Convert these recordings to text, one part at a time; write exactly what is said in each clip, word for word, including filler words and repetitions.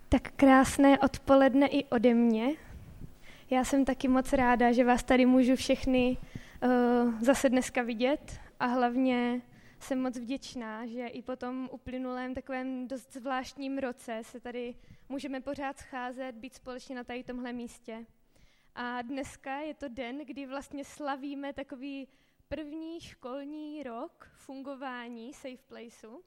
Tak krásné odpoledne i ode mě. Já jsem taky moc ráda, že vás tady můžu všechny uh, zase dneska vidět a hlavně jsem moc vděčná, že i po tom uplynulém takovém dost zvláštním roce se tady můžeme pořád scházet, být společně na tady tomhle místě. A dneska je to den, kdy vlastně slavíme takový první školní rok fungování Safe Placeu.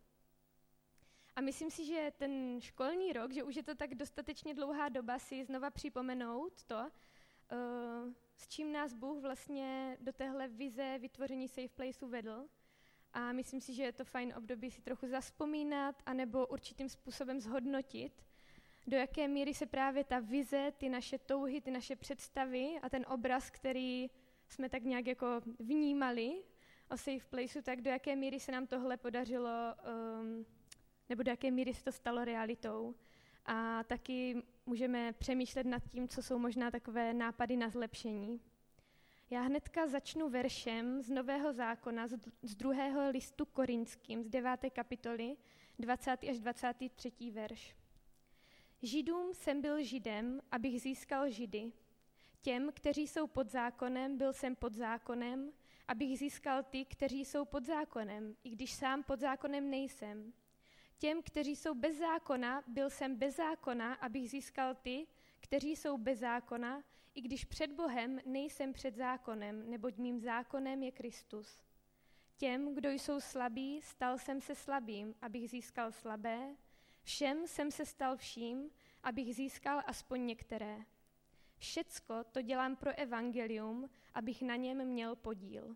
A myslím si, že ten školní rok, že už je to tak dostatečně dlouhá doba si znova připomenout to, uh, s čím nás Bůh vlastně do téhle vize vytvoření Safe Placeu vedl. A myslím si, že je to fajn období si trochu zazpomínat anebo určitým způsobem zhodnotit, do jaké míry se právě ta vize, ty naše touhy, ty naše představy a ten obraz, který jsme tak nějak jako vnímali o Safe Placeu, tak do jaké míry se nám tohle podařilo um, nebo do jaké míry se to stalo realitou. A taky můžeme přemýšlet nad tím, co jsou možná takové nápady na zlepšení. Já hnedka začnu veršem z Nového zákona, z druhého listu Korinským, z deváté kapitoly, dvacátý až dvacátý třetí verš. Židům jsem byl Židem, abych získal Židy. Těm, kteří jsou pod zákonem, byl jsem pod zákonem, abych získal ty, kteří jsou pod zákonem, i když sám pod zákonem nejsem. Těm, kteří jsou bez zákona, byl jsem bez zákona, abych získal ty, kteří jsou bez zákona, i když před Bohem nejsem před zákonem, neboť mým zákonem je Kristus. Těm, kdo jsou slabí, stal jsem se slabým, abych získal slabé. Všem jsem se stal vším, abych získal aspoň některé. Všecko to dělám pro evangelium, abych na něm měl podíl.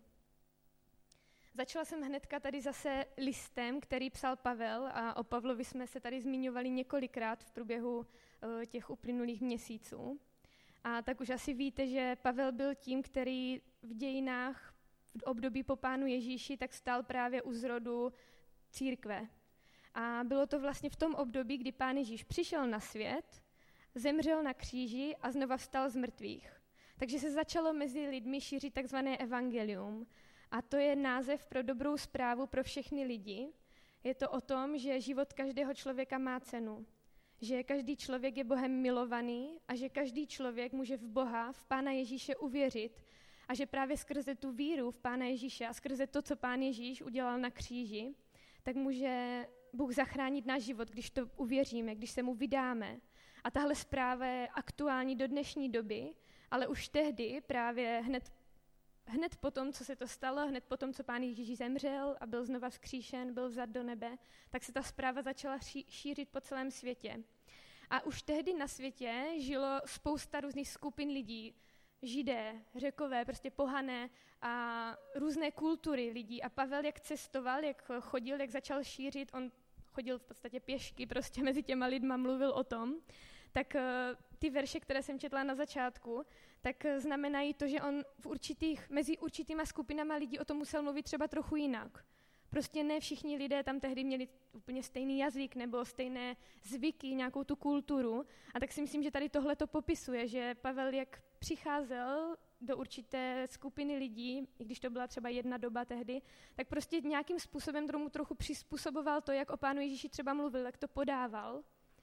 Začala jsem hnedka tady zase listem, který psal Pavel, a o Pavlovi jsme se tady zmiňovali několikrát v průběhu uh, těch uplynulých měsíců. A tak už asi víte, že Pavel byl tím, který v dějinách v období po Pánu Ježíši tak stál právě u zrodu církve. A bylo to vlastně v tom období, kdy Pán Ježíš přišel na svět, zemřel na kříži a znova vstal z mrtvých. Takže se začalo mezi lidmi šířit takzvané evangelium. A to je název pro dobrou zprávu pro všechny lidi. Je to o tom, že život každého člověka má cenu. Že každý člověk je Bohem milovaný a že každý člověk může v Boha, v Pána Ježíše uvěřit. A že právě skrze tu víru v Pána Ježíše a skrze to, co Pán Ježíš udělal na kříži, tak může Bůh zachránit náš život, když to uvěříme, když se mu vydáme. A tahle zpráva je aktuální do dnešní doby, ale už tehdy právě hned Hned po tom, co se to stalo, hned po tom, co Pán Ježíš zemřel a byl znova vzkříšen, byl vzat do nebe, tak se ta zpráva začala šířit po celém světě. A už tehdy na světě žilo spousta různých skupin lidí, Židé, Řekové, prostě pohané a různé kultury lidí. A Pavel, jak cestoval, jak chodil, jak začal šířit, on chodil v podstatě pěšky, prostě mezi těma lidma mluvil o tom, tak ty verše, které jsem četla na začátku, tak znamenají to, že on v určitých, mezi určitýma skupinama lidí o tom musel mluvit třeba trochu jinak. Prostě ne všichni lidé tam tehdy měli úplně stejný jazyk nebo stejné zvyky, nějakou tu kulturu. A tak si myslím, že tady tohle to popisuje, že Pavel, jak přicházel do určité skupiny lidí, i když to byla třeba jedna doba tehdy, tak prostě nějakým způsobem tomu trochu přizpůsoboval to, jak o Pánu Ježíši třeba mluvil, jak to podával.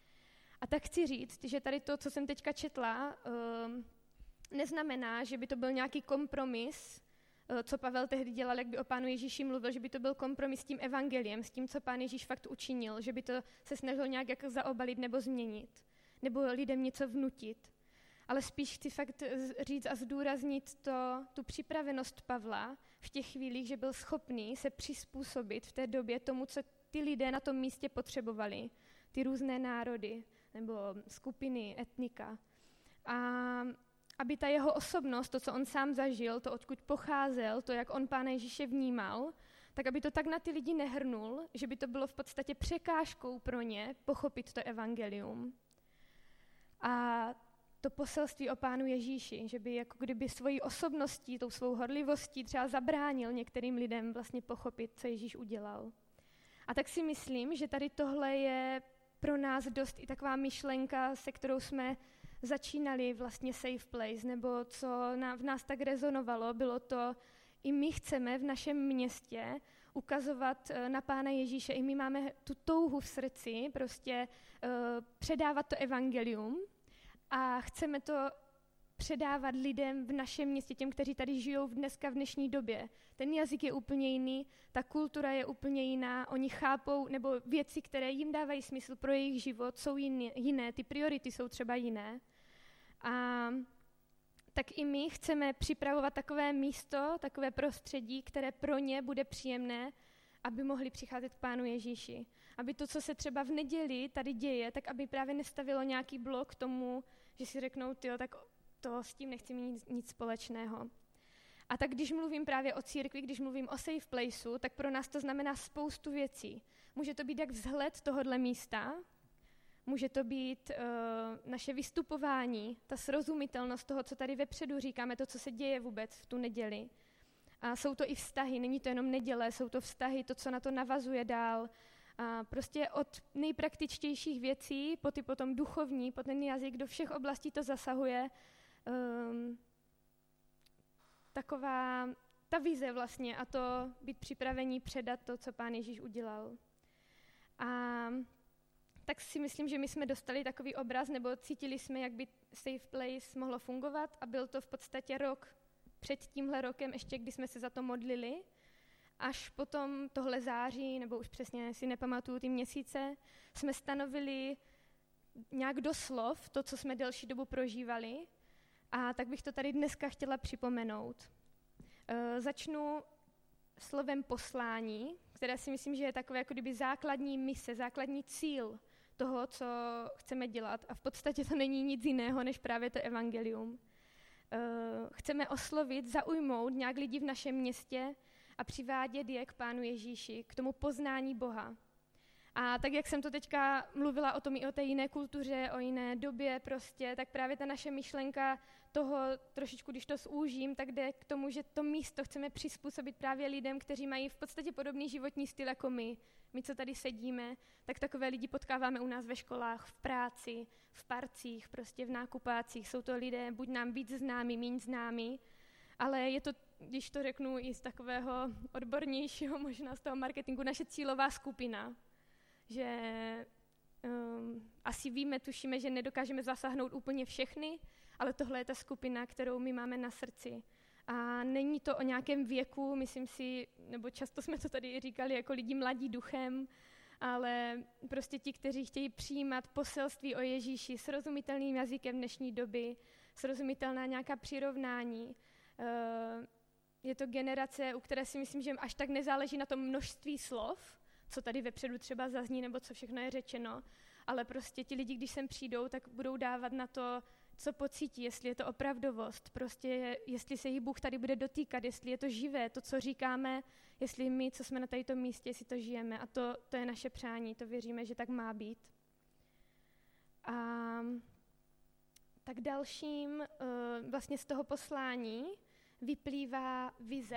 A tak chci říct, že tady to, co jsem teďka četla, um, neznamená, že by to byl nějaký kompromis, uh, co Pavel tehdy dělal, jak by o Pánu Ježíši mluvil, že by to byl kompromis s tím evangeliem, s tím, co Pán Ježíš fakt učinil, že by to se snažil nějak jako zaobalit nebo změnit, nebo lidem něco vnutit. Ale spíš chci fakt říct a zdůraznit to, tu připravenost Pavla v těch chvílích, že byl schopný se přizpůsobit v té době tomu, co ty lidé na tom místě potřebovali, ty různé národy nebo skupiny, etnika. A aby ta jeho osobnost, to, co on sám zažil, to, odkud pocházel, to, jak on Pána Ježíše vnímal, tak aby to tak na ty lidi nehrnul, že by to bylo v podstatě překážkou pro ně pochopit to evangelium. A to poselství o Pánu Ježíši, že by jako kdyby svojí osobností, tou svou horlivostí třeba zabránil některým lidem vlastně pochopit, co Ježíš udělal. A tak si myslím, že tady tohle je pro nás dost i taková myšlenka, se kterou jsme začínali vlastně Safe Place, nebo co v nás tak rezonovalo, bylo to, i my chceme v našem městě ukazovat na Pána Ježíše. I my máme tu touhu v srdci prostě uh, předávat to evangelium a chceme to předávat lidem v našem městě, těm, kteří tady žijou v dneska v dnešní době. Ten jazyk je úplně jiný, ta kultura je úplně jiná, oni chápou, nebo věci, které jim dávají smysl pro jejich život, jsou jiné, jiné ty priority jsou třeba jiné. A tak i my chceme připravovat takové místo, takové prostředí, které pro ně bude příjemné, aby mohli přicházet k Pánu Ježíši. Aby to, co se třeba v neděli tady děje, tak aby právě nestavilo nějaký blok k tomu, že si řeknou, tyjo, tak to s tím nechci mít nic, nic společného. A tak když mluvím právě o církvi, když mluvím o safe placeu, tak pro nás to znamená spoustu věcí. Může to být jak vzhled tohodle místa, může to být uh, naše vystupování, ta srozumitelnost toho, co tady vepředu říkáme, to, co se děje vůbec v tu neděli. A jsou to i vztahy, není to jenom neděle, jsou to vztahy, to, co na to navazuje dál. A prostě od nejpraktičtějších věcí po ty potom duchovní, po ten jazyk, do všech oblastí to zasahuje. Um, taková ta vize vlastně a to být připravení předat to, co Pán Ježíš udělal. A tak si myslím, že my jsme dostali takový obraz, nebo cítili jsme, jak by Safe Place mohlo fungovat a byl to v podstatě rok před tímhle rokem, ještě když jsme se za to modlili, až potom tohle září, nebo už přesně si nepamatuju ty měsíce, jsme stanovili nějak doslov to, co jsme delší dobu prožívali, a tak bych to tady dneska chtěla připomenout. E, začnu slovem poslání, které si myslím, že je takové jako kdyby základní mise, základní cíl toho, co chceme dělat. A v podstatě to není nic jiného, než právě to evangelium. E, chceme oslovit, zaujmout nějak lidi v našem městě a přivádět je k Pánu Ježíši, k tomu poznání Boha. A tak, jak jsem to teďka mluvila o tom i o té jiné kultuře, o jiné době prostě, tak právě ta naše myšlenka toho trošičku, když to zúžím, tak jde k tomu, že to místo chceme přizpůsobit právě lidem, kteří mají v podstatě podobný životní styl jako my. My, co tady sedíme, tak takové lidi potkáváme u nás ve školách, v práci, v parcích, prostě v nákupácích. Jsou to lidé buď nám víc známí, méně známí, ale je to, když to řeknu i z takového odbornějšího, možná z toho marketingu, naše cílová skupina. Že um, asi víme, tušíme, že nedokážeme zasáhnout úplně všechny, ale tohle je ta skupina, kterou my máme na srdci. A není to o nějakém věku, myslím si, nebo často jsme to tady říkali, jako lidi mladí duchem, ale prostě ti, kteří chtějí přijímat poselství o Ježíši srozumitelným jazykem dnešní doby, srozumitelná nějaká přirovnání. Uh, je to generace, u které si myslím, že až tak nezáleží na tom množství slov, co tady vepředu třeba zazní, nebo co všechno je řečeno, ale prostě ti lidi, když sem přijdou, tak budou dávat na to, co pocítí, jestli je to opravdovost, prostě jestli se jich Bůh tady bude dotýkat, jestli je to živé, to, co říkáme, jestli my, co jsme na tomto místě, jestli to žijeme. A to, to je naše přání, to věříme, že tak má být. A tak dalším vlastně z toho poslání vyplývá vize,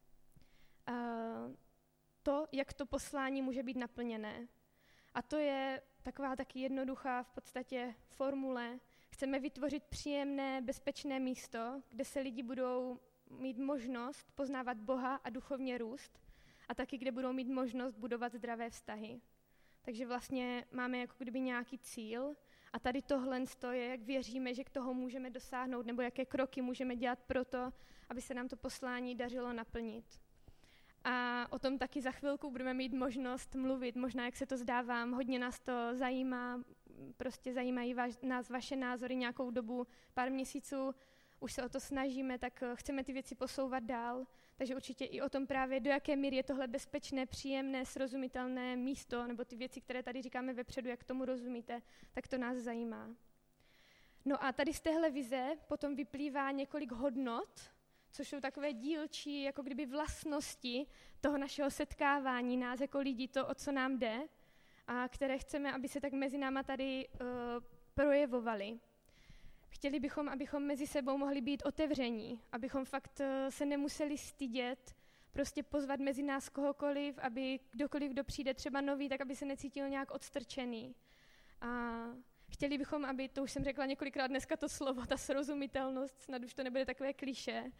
to, jak to poslání může být naplněné. A to je taková taky jednoduchá v podstatě formule. Chceme vytvořit příjemné, bezpečné místo, kde se lidi budou mít možnost poznávat Boha a duchovně růst a taky, kde budou mít možnost budovat zdravé vztahy. Takže vlastně máme jako kdyby nějaký cíl a tady tohle je, jak věříme, že k toho můžeme dosáhnout nebo jaké kroky můžeme dělat pro to, aby se nám to poslání dařilo naplnit. A o tom taky za chvilku budeme mít možnost mluvit, možná jak se to zdá vám, hodně nás to zajímá, prostě zajímají vaš, nás vaše názory nějakou dobu, pár měsíců, už se o to snažíme, tak chceme ty věci posouvat dál, takže určitě i o tom právě, do jaké míry je tohle bezpečné, příjemné, srozumitelné místo, nebo ty věci, které tady říkáme vepředu, jak tomu rozumíte, tak to nás zajímá. No a tady z téhle vize potom vyplývá několik hodnot, což jsou takové dílčí, jako kdyby vlastnosti toho našeho setkávání nás jako lidí, to, o co nám jde, a které chceme, aby se tak mezi náma tady uh, projevovaly. Chtěli bychom, abychom mezi sebou mohli být otevření, abychom fakt uh, se nemuseli stydět, prostě pozvat mezi nás kohokoliv, aby kdokoliv, kdo přijde třeba nový, tak aby se necítil nějak odstrčený. A chtěli bychom, aby, to už jsem řekla několikrát dneska to slovo, ta srozumitelnost, snad už to nebude takové klišé,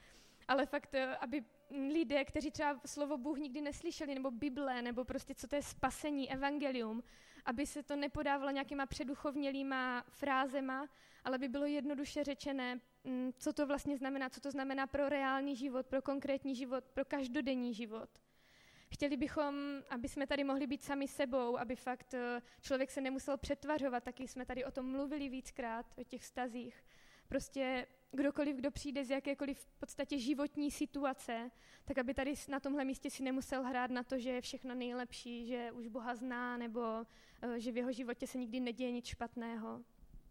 ale fakt, aby lidé, kteří třeba slovo Bůh nikdy neslyšeli, nebo Bible, nebo prostě co to je spasení, evangelium, aby se to nepodávalo nějakýma předuchovnělýma frázema, ale by bylo jednoduše řečené, co to vlastně znamená, co to znamená pro reálný život, pro konkrétní život, pro každodenní život. Chtěli bychom, aby jsme tady mohli být sami sebou, aby fakt člověk se nemusel přetvařovat, taky jsme tady o tom mluvili víckrát, o těch vztazích. Prostě kdokoliv, kdo přijde z jakékoliv v podstatě životní situace, tak aby tady na tomhle místě si nemusel hrát na to, že je všechno nejlepší, že už Boha zná, nebo že v jeho životě se nikdy neděje nic špatného.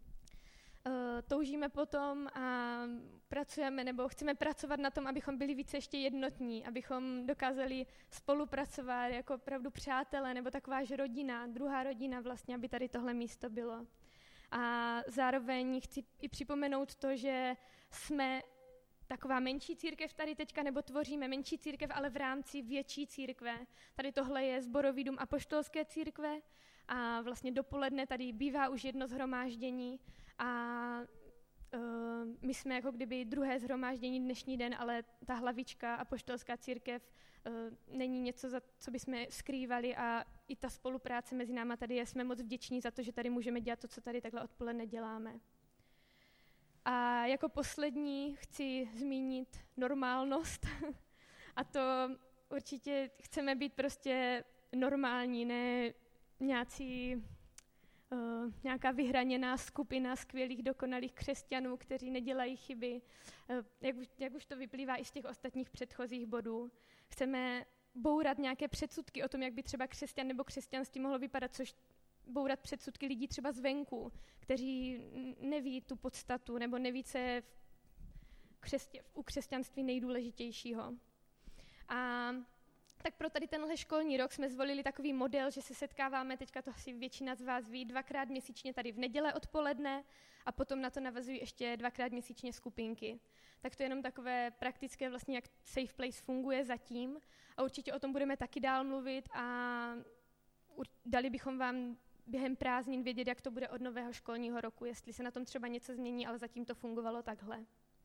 Toužíme potom a pracujeme, nebo chceme pracovat na tom, abychom byli více ještě jednotní, abychom dokázali spolupracovat jako opravdu přátelé, nebo taková rodina, druhá rodina vlastně, aby tady tohle místo bylo. A zároveň chci i připomenout to, že jsme taková menší církev tady teďka, nebo tvoříme menší církev, ale v rámci větší církve. Tady tohle je Sborový dům Apoštolské církve a vlastně dopoledne tady bývá už jedno shromáždění a uh, my jsme jako kdyby druhé shromáždění dnešní den, ale ta hlavička Apoštolská církev uh, není něco, za co bychom skrývali a i ta spolupráce mezi náma tady je, jsme moc vděční za to, že tady můžeme dělat to, co tady takhle odpoledne děláme. A jako poslední chci zmínit normálnost a to určitě chceme být prostě normální, ne nějací, uh, nějaká vyhraněná skupina skvělých, dokonalých křesťanů, kteří nedělají chyby, uh, jak, už, jak už to vyplývá i z těch ostatních předchozích bodů. Chceme bourat nějaké předsudky o tom, jak by třeba křesťan nebo křesťanství mohlo vypadat, což bourat předsudky lidí třeba zvenku, kteří neví tu podstatu nebo neví, co je v křesťa, u křesťanství nejdůležitějšího. A tak pro tady tenhle školní rok jsme zvolili takový model, že se setkáváme, teďka to asi většina z vás ví, dvakrát měsíčně tady v neděle odpoledne a potom na to navazují ještě dvakrát měsíčně skupinky. Tak to je jenom takové praktické vlastně, jak Safe Place funguje zatím a určitě o tom budeme taky dál mluvit a dali bychom vám během prázdnin vědět, jak to bude od nového školního roku, jestli se na tom třeba něco změní, ale zatím to fungovalo takhle.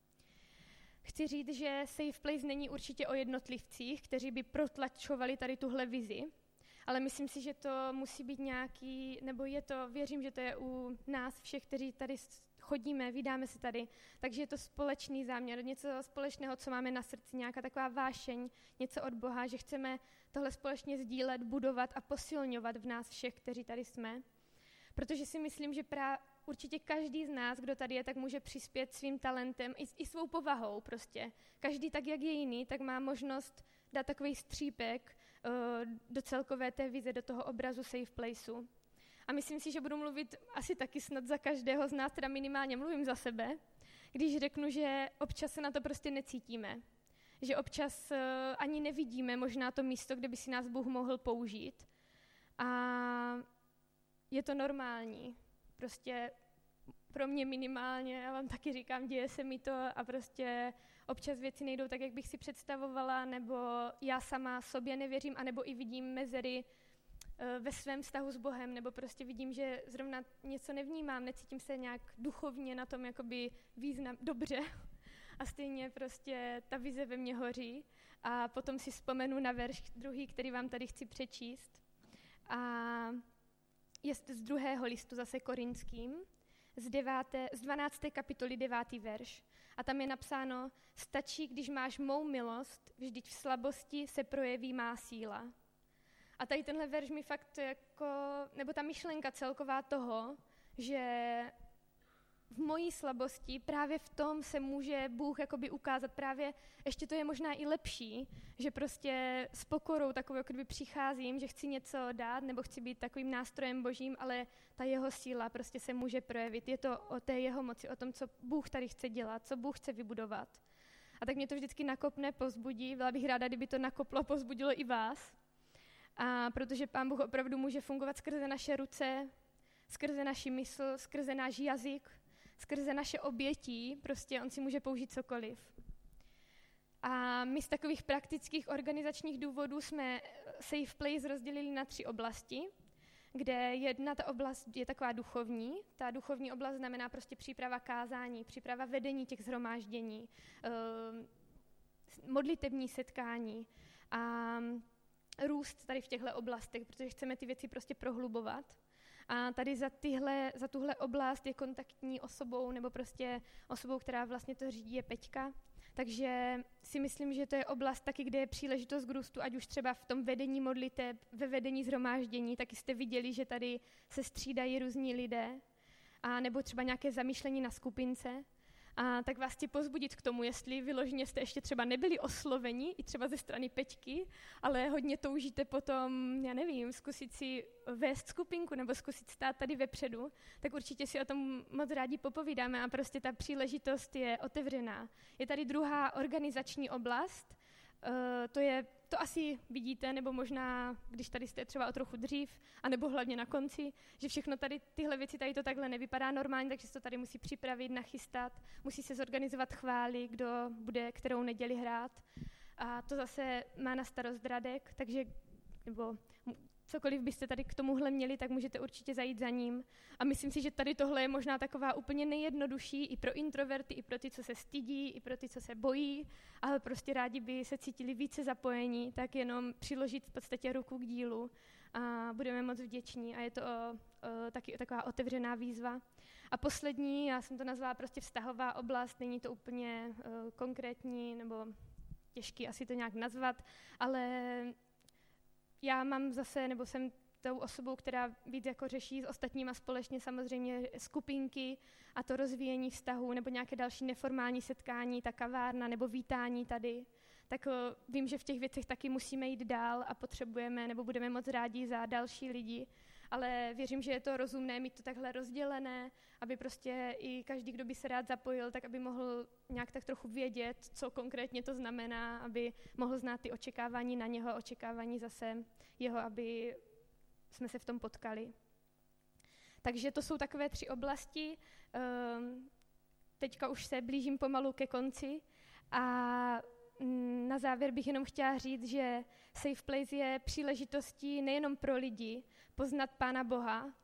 Chci říct, že Safe Place není určitě o jednotlivcích, kteří by protlačovali tady tuhle vizi, ale myslím si, že to musí být nějaký, nebo je to, věřím, že to je u nás všech, kteří tady chodíme, vydáme se tady, takže je to společný záměr, něco společného, co máme na srdci, nějaká taková vášeň, něco od Boha, že chceme tohle společně sdílet, budovat a posilňovat v nás všech, kteří tady jsme. Protože si myslím, že pra, určitě každý z nás, kdo tady je, tak může přispět svým talentem i, i svou povahou prostě. Každý tak, jak je jiný, tak má možnost dát takový střípek uh, do celkové té vize, do toho obrazu Safe Placeu. A myslím si, že budu mluvit asi taky snad za každého z nás, teda minimálně mluvím za sebe, když řeknu, že občas se na to prostě necítíme. Že občas uh, ani nevidíme možná to místo, kde by si nás Bůh mohl použít. A je to normální. Prostě pro mě minimálně, já vám taky říkám, děje se mi to a prostě občas věci nejdou tak, jak bych si představovala, nebo já sama sobě nevěřím, anebo i vidím mezery ve svém vztahu s Bohem, nebo prostě vidím, že zrovna něco nevnímám, necítím se nějak duchovně na tom jakoby význam, dobře. A stejně prostě ta vize ve mně hoří. A potom si vzpomenu na verš druhý, který vám tady chci přečíst. A je z druhého listu zase Korinským, z, deváté, z dvanácté kapitoly devátý verš. A tam je napsáno, stačí, když máš mou milost, vždyť v slabosti se projeví má síla. A tady tenhle verš mi fakt jako, nebo ta myšlenka celková toho, že v mojí slabosti právě v tom se může Bůh jakoby ukázat, právě ještě to je možná i lepší, že prostě s pokorou takovou, jako kdyby přicházím, že chci něco dát nebo chci být takovým nástrojem Božím, ale ta jeho síla prostě se může projevit. Je to o té jeho moci, o tom, co Bůh tady chce dělat, co Bůh chce vybudovat. A tak mě to vždycky nakopne, povzbudí, byla bych ráda, kdyby to nakoplo, povzbudilo i vás. A protože Pán Bůh opravdu může fungovat skrze naše ruce, skrze naši mysl, skrze náš jazyk, skrze naše obětí, prostě on si může použít cokoliv. A my z takových praktických organizačních důvodů jsme Safe Place rozdělili na tři oblasti, kde jedna ta oblast je taková duchovní. Ta duchovní oblast znamená prostě příprava kázání, příprava vedení těch shromáždění, modlitební setkání a růst tady v těchto oblastech, protože chceme ty věci prostě prohlubovat. A tady za, tyhle, za tuhle oblast je kontaktní osobou nebo prostě osobou, která vlastně to řídí, je Peťka. Takže si myslím, že to je oblast taky, kde je příležitost k růstu, ať už třeba v tom vedení modliteb, ve vedení shromáždění, taky jste viděli, že tady se střídají různí lidé, a nebo třeba nějaké zamýšlení na skupince. A tak vás chci pozbudit k tomu, jestli vyloženě jste ještě třeba nebyli osloveni, i třeba ze strany Peťky, ale hodně toužíte potom, já nevím, zkusit si vést skupinku nebo zkusit stát tady vepředu, tak určitě si o tom moc rádi popovídáme a prostě ta příležitost je otevřená. Je tady druhá organizační oblast, Uh, to je, to asi vidíte, nebo možná, když tady jste třeba o trochu dřív, anebo hlavně na konci, že všechno tady, tyhle věci, tady to takhle nevypadá normálně, takže se to tady musí připravit, nachystat, musí se zorganizovat chvály, kdo bude kterou neděli hrát. A to zase má na starost Radek, takže, nebo cokoliv byste tady k tomuhle měli, tak můžete určitě zajít za ním. A myslím si, že tady tohle je možná taková úplně nejjednodušší i pro introverty, i pro ty, co se stydí, i pro ty, co se bojí, ale prostě rádi by se cítili více zapojení, tak jenom přiložit v podstatě ruku k dílu a budeme moc vděční. A je to o, o, taky taková otevřená výzva. A poslední, já jsem to nazvala prostě vztahová oblast, není to úplně o, konkrétní nebo těžký asi to nějak nazvat, ale já mám zase, nebo jsem tou osobou, která víc jako řeší s ostatníma společně samozřejmě skupinky a to rozvíjení vztahů nebo nějaké další neformální setkání, ta kavárna nebo vítání tady, tak o, vím, že v těch věcech taky musíme jít dál a potřebujeme nebo budeme moc rádi za další lidi, ale věřím, že je to rozumné mít to takhle rozdělené, aby prostě i každý, kdo by se rád zapojil, tak aby mohl nějak tak trochu vědět, co konkrétně to znamená, aby mohl znát ty očekávání na něho, očekávání zase jeho, aby jsme se v tom potkali. Takže to jsou takové tři oblasti. Teďka už se blížím pomalu ke konci a na závěr bych jenom chtěla říct, že Safe Place je příležitostí nejenom pro lidi poznat Pána Boha,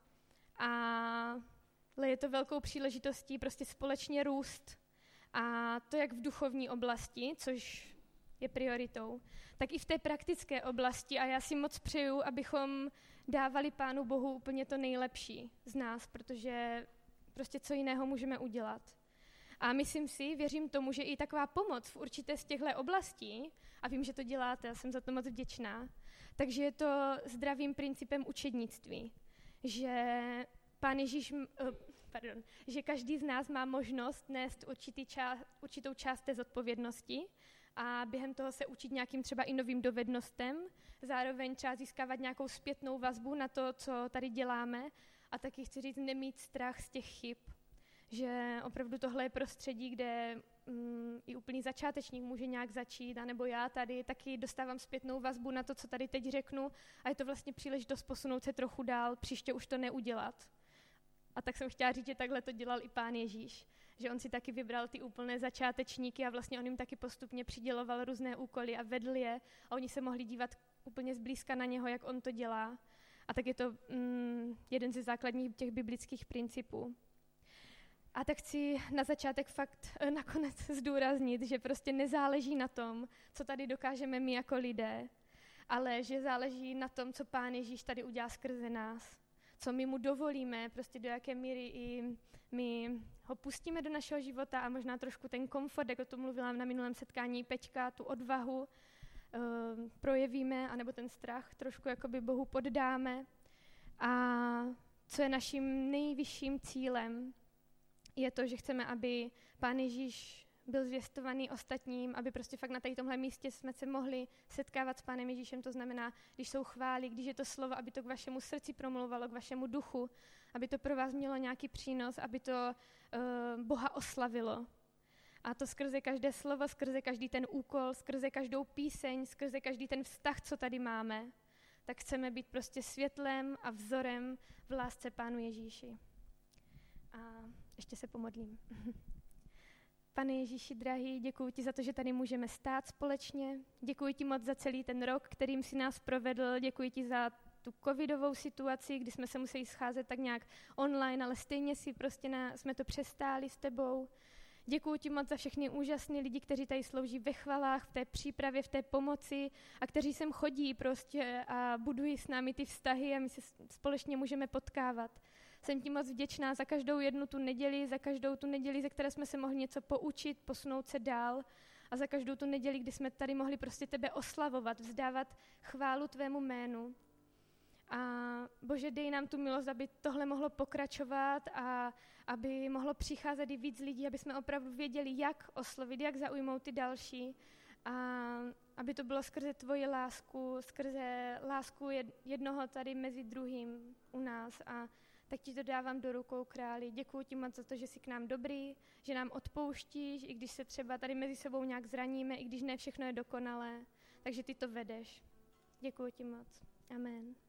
ale je to velkou příležitostí prostě společně růst. A to jak v duchovní oblasti, což je prioritou, tak i v té praktické oblasti. A já si moc přeju, abychom dávali Pánu Bohu úplně to nejlepší z nás, protože prostě co jiného můžeme udělat. A myslím si, věřím tomu, že i taková pomoc v určité z těchto oblastí, a vím, že to děláte, já jsem za to moc vděčná, takže je to zdravým principem učednictví, že Pán Ježíš, pardon, že každý z nás má možnost nést určitý část, určitou část té zodpovědnosti a během toho se učit nějakým třeba i novým dovednostem, zároveň třeba získávat nějakou zpětnou vazbu na to, co tady děláme a taky chci říct, nemít strach z těch chyb, že opravdu tohle je prostředí, kde mm, i úplný začátečník může nějak začít, anebo já tady taky dostávám zpětnou vazbu na to, co tady teď řeknu a je to vlastně příležitost posunout se trochu dál, příště už to neudělat. A tak jsem chtěla říct, že takhle to dělal i Pán Ježíš, že on si taky vybral ty úplné začátečníky a vlastně on jim taky postupně přiděloval různé úkoly a vedl je a oni se mohli dívat úplně zblízka na něho, jak on to dělá. A tak je to mm, jeden ze základních těch biblických principů. A tak chci na začátek fakt nakonec zdůraznit, že prostě nezáleží na tom, co tady dokážeme my jako lidé, ale že záleží na tom, co Pán Ježíš tady udělá skrze nás. Co my mu dovolíme, prostě do jaké míry i my ho pustíme do našeho života a možná trošku ten komfort, jak o tom mluvila na minulém setkání Peťka, tu odvahu uh, projevíme, anebo ten strach trošku jakoby Bohu poddáme. A co je naším nejvyšším cílem, je to, že chceme, aby Pán Ježíš byl zvěstovaný ostatním, aby prostě fakt na tady tomhle místě jsme se mohli setkávat s Pánem Ježíšem, to znamená, když jsou chvály, když je to slovo, aby to k vašemu srdci promluvalo, k vašemu duchu, aby to pro vás mělo nějaký přínos, aby to uh, Boha oslavilo. A to skrze každé slovo, skrze každý ten úkol, skrze každou píseň, skrze každý ten vztah, co tady máme, tak chceme být prostě světlem a vzorem v lásce Pánu Ježíši. A ještě se pomodlím. Pane Ježíši drahý, děkuji ti za to, že tady můžeme stát společně. Děkuji ti moc za celý ten rok, kterým si nás provedl. Děkuji ti za tu covidovou situaci, kdy jsme se museli scházet tak nějak online, ale stejně si prostě na, jsme to přestáli s tebou. Děkuji ti moc za všechny úžasné lidi, kteří tady slouží ve chvalách, v té přípravě, v té pomoci a kteří sem chodí prostě a budují s námi ty vztahy a my se společně můžeme potkávat. Jsem ti moc vděčná za každou jednu tu neděli, za každou tu neděli, ze které jsme se mohli něco poučit, posunout se dál a za každou tu neděli, kdy jsme tady mohli prostě tebe oslavovat, vzdávat chválu tvému jménu. A Bože, dej nám tu milost, aby tohle mohlo pokračovat a aby mohlo přicházet i víc lidí, aby jsme opravdu věděli, jak oslovit, jak zaujmout ty další a aby to bylo skrze tvoji lásku, skrze lásku jednoho tady mezi druhým u nás a tak ti to dávám do rukou, králi. Děkuji ti moc za to, že jsi k nám dobrý, že nám odpouštíš, i když se třeba tady mezi sebou nějak zraníme, i když ne všechno je dokonalé, takže ty to vedeš. Děkuji ti moc. Amen.